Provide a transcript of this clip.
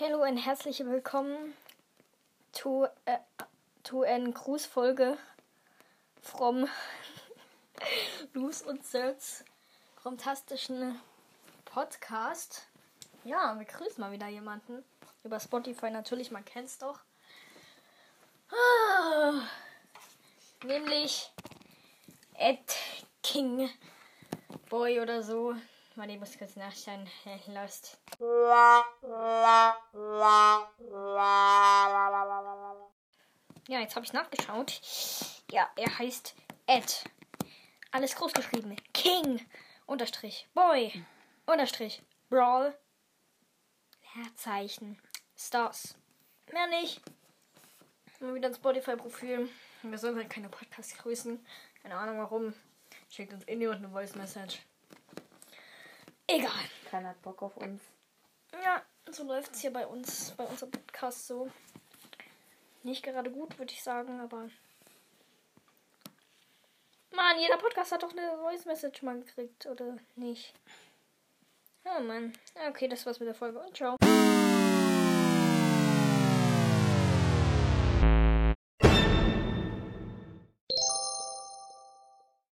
Hallo und herzlich willkommen zu einer Grußfolge vom Luz und Sölz fantastischen Podcast. Ja, wir grüßen mal wieder jemanden. Über Spotify natürlich, man kennt's doch. Nämlich Ed King Boy oder so. Mal, ich muss kurz nachschauen. Lost. Ja, jetzt habe ich nachgeschaut. Ja, er heißt Ed. Alles groß geschrieben. King unterstrich Boy unterstrich Brawl Leerzeichen Stars. Mehr nicht. Mal wieder ein Spotify-Profil. Wir sollen halt keine Podcasts grüßen. Keine Ahnung warum. Schickt uns niemand eine Voice Message. Egal. Keiner hat Bock auf uns. Ja, so läuft es hier bei uns, bei unserem Podcast so. Nicht gerade gut, würde ich sagen, aber... Mann, jeder Podcast hat doch eine Voice Message mal gekriegt, oder nicht? Oh Mann. Okay, das war's mit der Folge und ciao.